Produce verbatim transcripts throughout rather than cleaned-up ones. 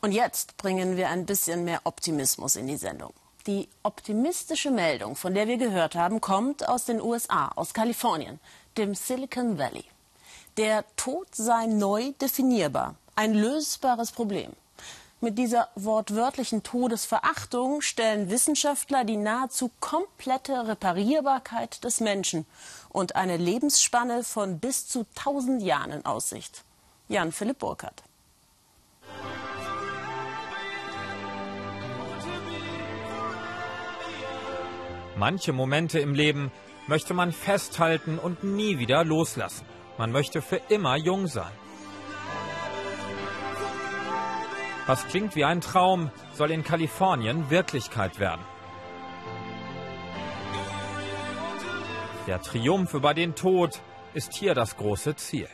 Und jetzt bringen wir ein bisschen mehr Optimismus in die Sendung. Die optimistische Meldung, von der wir gehört haben, kommt aus den U S A, aus Kalifornien, dem Silicon Valley. Der Tod sei neu definierbar, ein lösbares Problem. Mit dieser wortwörtlichen Todesverachtung stellen Wissenschaftler die nahezu komplette Reparierbarkeit des Menschen und eine Lebensspanne von bis zu tausend Jahren in Aussicht. Jan-Philipp Burkhardt. Manche Momente im Leben möchte man festhalten und nie wieder loslassen. Man möchte für immer jung sein. Was klingt wie ein Traum, soll in Kalifornien Wirklichkeit werden. Der Triumph über den Tod ist hier das große Ziel.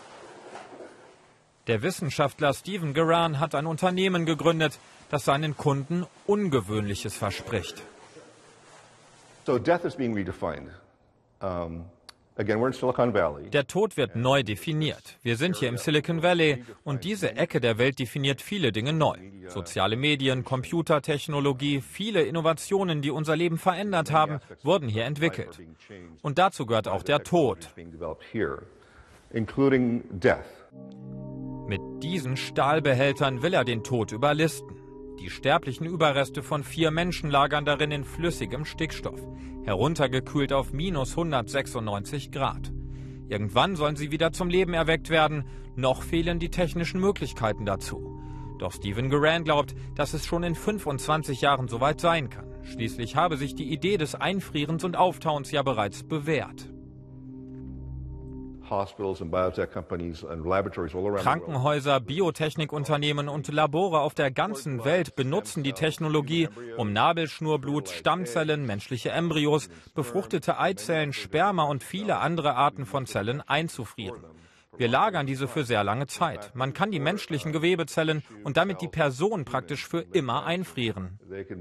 Der Wissenschaftler Stephen Geran hat ein Unternehmen gegründet, das seinen Kunden Ungewöhnliches verspricht. So death is being redefined. Um, again, we're in Silicon Valley. Der Tod wird neu definiert. Wir sind hier im Silicon Valley und diese Ecke der Welt definiert viele Dinge neu. Soziale Medien, Computertechnologie, viele Innovationen, die unser Leben verändert haben, wurden hier entwickelt. Und dazu gehört auch der Tod. Mit diesen Stahlbehältern will er den Tod überlisten. Die sterblichen Überreste von vier Menschen lagern darin in flüssigem Stickstoff, heruntergekühlt auf minus hundertsechsundneunzig Grad. Irgendwann sollen sie wieder zum Leben erweckt werden, noch fehlen die technischen Möglichkeiten dazu. Doch Stephen Geran glaubt, dass es schon in fünfundzwanzig Jahren soweit sein kann. Schließlich habe sich die Idee des Einfrierens und Auftauens ja bereits bewährt. Krankenhäuser, Biotechnikunternehmen und Labore auf der ganzen Welt benutzen die Technologie, um Nabelschnurblut, Stammzellen, menschliche Embryos, befruchtete Eizellen, Sperma und viele andere Arten von Zellen einzufrieren. Wir lagern diese für sehr lange Zeit. Man kann die menschlichen Gewebezellen und damit die Person praktisch für immer einfrieren.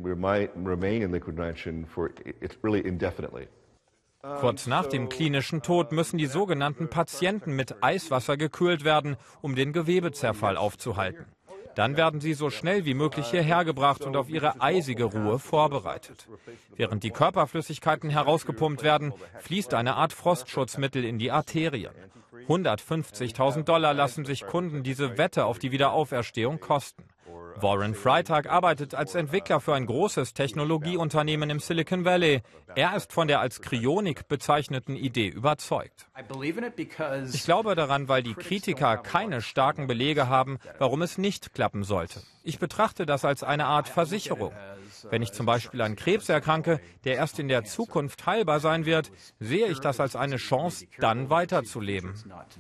Kurz nach dem klinischen Tod müssen die sogenannten Patienten mit Eiswasser gekühlt werden, um den Gewebezerfall aufzuhalten. Dann werden sie so schnell wie möglich hierher gebracht und auf ihre eisige Ruhe vorbereitet. Während die Körperflüssigkeiten herausgepumpt werden, fließt eine Art Frostschutzmittel in die Arterien. hundertfünfzigtausend Dollar lassen sich Kunden diese Wette auf die Wiederauferstehung kosten. Warren Freitag arbeitet als Entwickler für ein großes Technologieunternehmen im Silicon Valley. Er ist von der als Kryonik bezeichneten Idee überzeugt. Ich glaube daran, weil die Kritiker keine starken Belege haben, warum es nicht klappen sollte. Ich betrachte das als eine Art Versicherung. Wenn ich zum Beispiel an Krebs erkranke, der erst in der Zukunft heilbar sein wird, sehe ich das als eine Chance, dann weiterzuleben.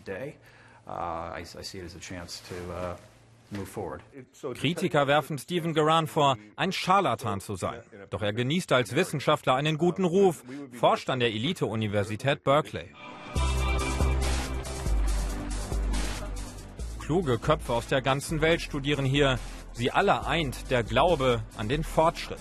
Kritiker werfen Stephen Geran vor, ein Scharlatan zu sein. Doch er genießt als Wissenschaftler einen guten Ruf, forscht an der Elite-Universität Berkeley. Kluge Köpfe aus der ganzen Welt studieren hier. Sie alle eint der Glaube an den Fortschritt.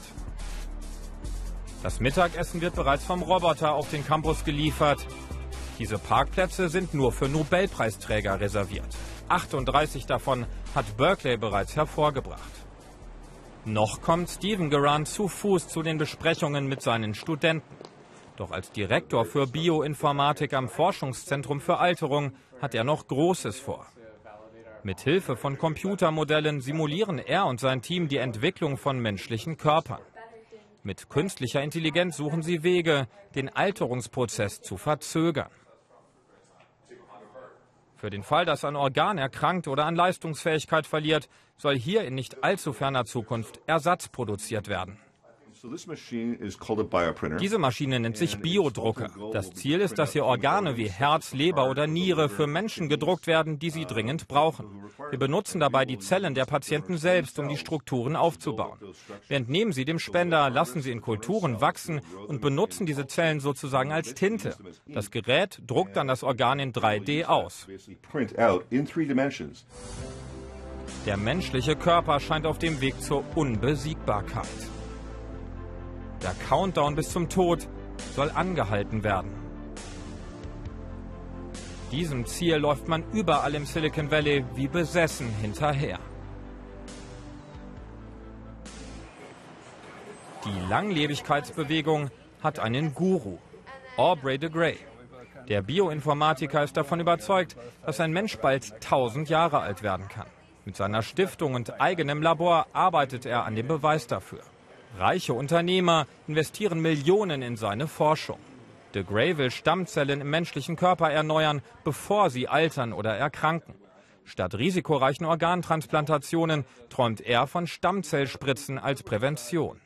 Das Mittagessen wird bereits vom Roboter auf den Campus geliefert. Diese Parkplätze sind nur für Nobelpreisträger reserviert. achtunddreißig davon hat Berkeley bereits hervorgebracht. Noch kommt Stephen Geran zu Fuß zu den Besprechungen mit seinen Studenten. Doch als Direktor für Bioinformatik am Forschungszentrum für Alterung hat er noch Großes vor. Mit Hilfe von Computermodellen simulieren er und sein Team die Entwicklung von menschlichen Körpern. Mit künstlicher Intelligenz suchen sie Wege, den Alterungsprozess zu verzögern. Für den Fall, dass ein Organ erkrankt oder an Leistungsfähigkeit verliert, soll hier in nicht allzu ferner Zukunft Ersatz produziert werden. Diese Maschine nennt sich Biodrucker. Das Ziel ist, dass hier Organe wie Herz, Leber oder Niere für Menschen gedruckt werden, die sie dringend brauchen. Wir benutzen dabei die Zellen der Patienten selbst, um die Strukturen aufzubauen. Wir entnehmen sie dem Spender, lassen sie in Kulturen wachsen und benutzen diese Zellen sozusagen als Tinte. Das Gerät druckt dann das Organ in drei D aus. Der menschliche Körper scheint auf dem Weg zur Unbesiegbarkeit. Der Countdown bis zum Tod soll angehalten werden. Diesem Ziel läuft man überall im Silicon Valley wie besessen hinterher. Die Langlebigkeitsbewegung hat einen Guru, Aubrey de Grey. Der Bioinformatiker ist davon überzeugt, dass ein Mensch bald tausend Jahre alt werden kann. Mit seiner Stiftung und eigenem Labor arbeitet er an dem Beweis dafür. Reiche Unternehmer investieren Millionen in seine Forschung. De Grey will Stammzellen im menschlichen Körper erneuern, bevor sie altern oder erkranken. Statt risikoreichen Organtransplantationen träumt er von Stammzellspritzen als Prävention.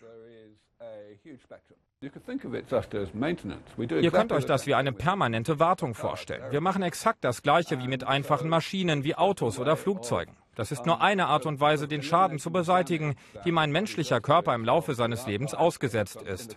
Ihr könnt euch das wie eine permanente Wartung vorstellen. Wir machen exakt das Gleiche wie mit einfachen Maschinen wie Autos oder Flugzeugen. Das ist nur eine Art und Weise, den Schaden zu beseitigen, dem ein menschlicher Körper im Laufe seines Lebens ausgesetzt ist.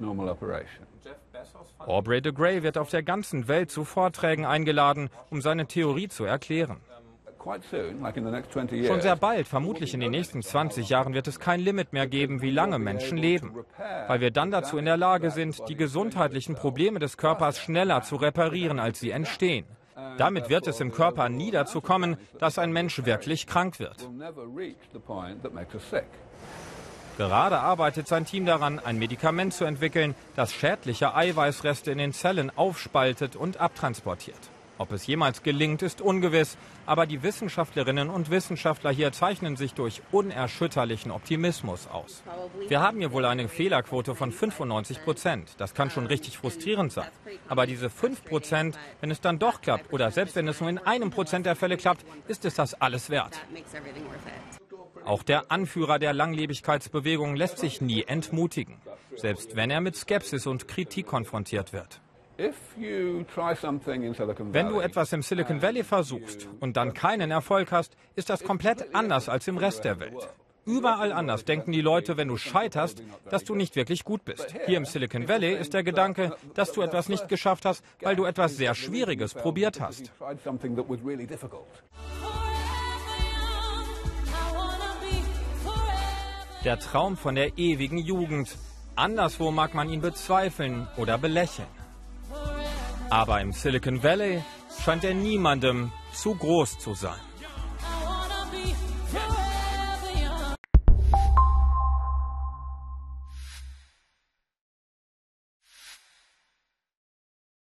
Aubrey de Grey wird auf der ganzen Welt zu Vorträgen eingeladen, um seine Theorie zu erklären. Schon sehr bald, vermutlich in den nächsten zwanzig Jahren, wird es kein Limit mehr geben, wie lange Menschen leben, weil wir dann dazu in der Lage sind, die gesundheitlichen Probleme des Körpers schneller zu reparieren, als sie entstehen. Damit wird es im Körper nie dazu kommen, dass ein Mensch wirklich krank wird. Gerade arbeitet sein Team daran, ein Medikament zu entwickeln, das schädliche Eiweißreste in den Zellen aufspaltet und abtransportiert. Ob es jemals gelingt, ist ungewiss, aber die Wissenschaftlerinnen und Wissenschaftler hier zeichnen sich durch unerschütterlichen Optimismus aus. Wir haben hier wohl eine Fehlerquote von fünfundneunzig Prozent. Das kann schon richtig frustrierend sein. Aber diese fünf Prozent, wenn es dann doch klappt, oder selbst wenn es nur in einem Prozent der Fälle klappt, ist es das alles wert. Auch der Anführer der Langlebigkeitsbewegung lässt sich nie entmutigen, selbst wenn er mit Skepsis und Kritik konfrontiert wird. Wenn du etwas im Silicon Valley versuchst und dann keinen Erfolg hast, ist das komplett anders als im Rest der Welt. Überall anders denken die Leute, wenn du scheiterst, dass du nicht wirklich gut bist. Hier im Silicon Valley ist der Gedanke, dass du etwas nicht geschafft hast, weil du etwas sehr Schwieriges probiert hast. Der Traum von der ewigen Jugend. Anderswo mag man ihn bezweifeln oder belächeln. Aber im Silicon Valley scheint er niemandem zu groß zu sein.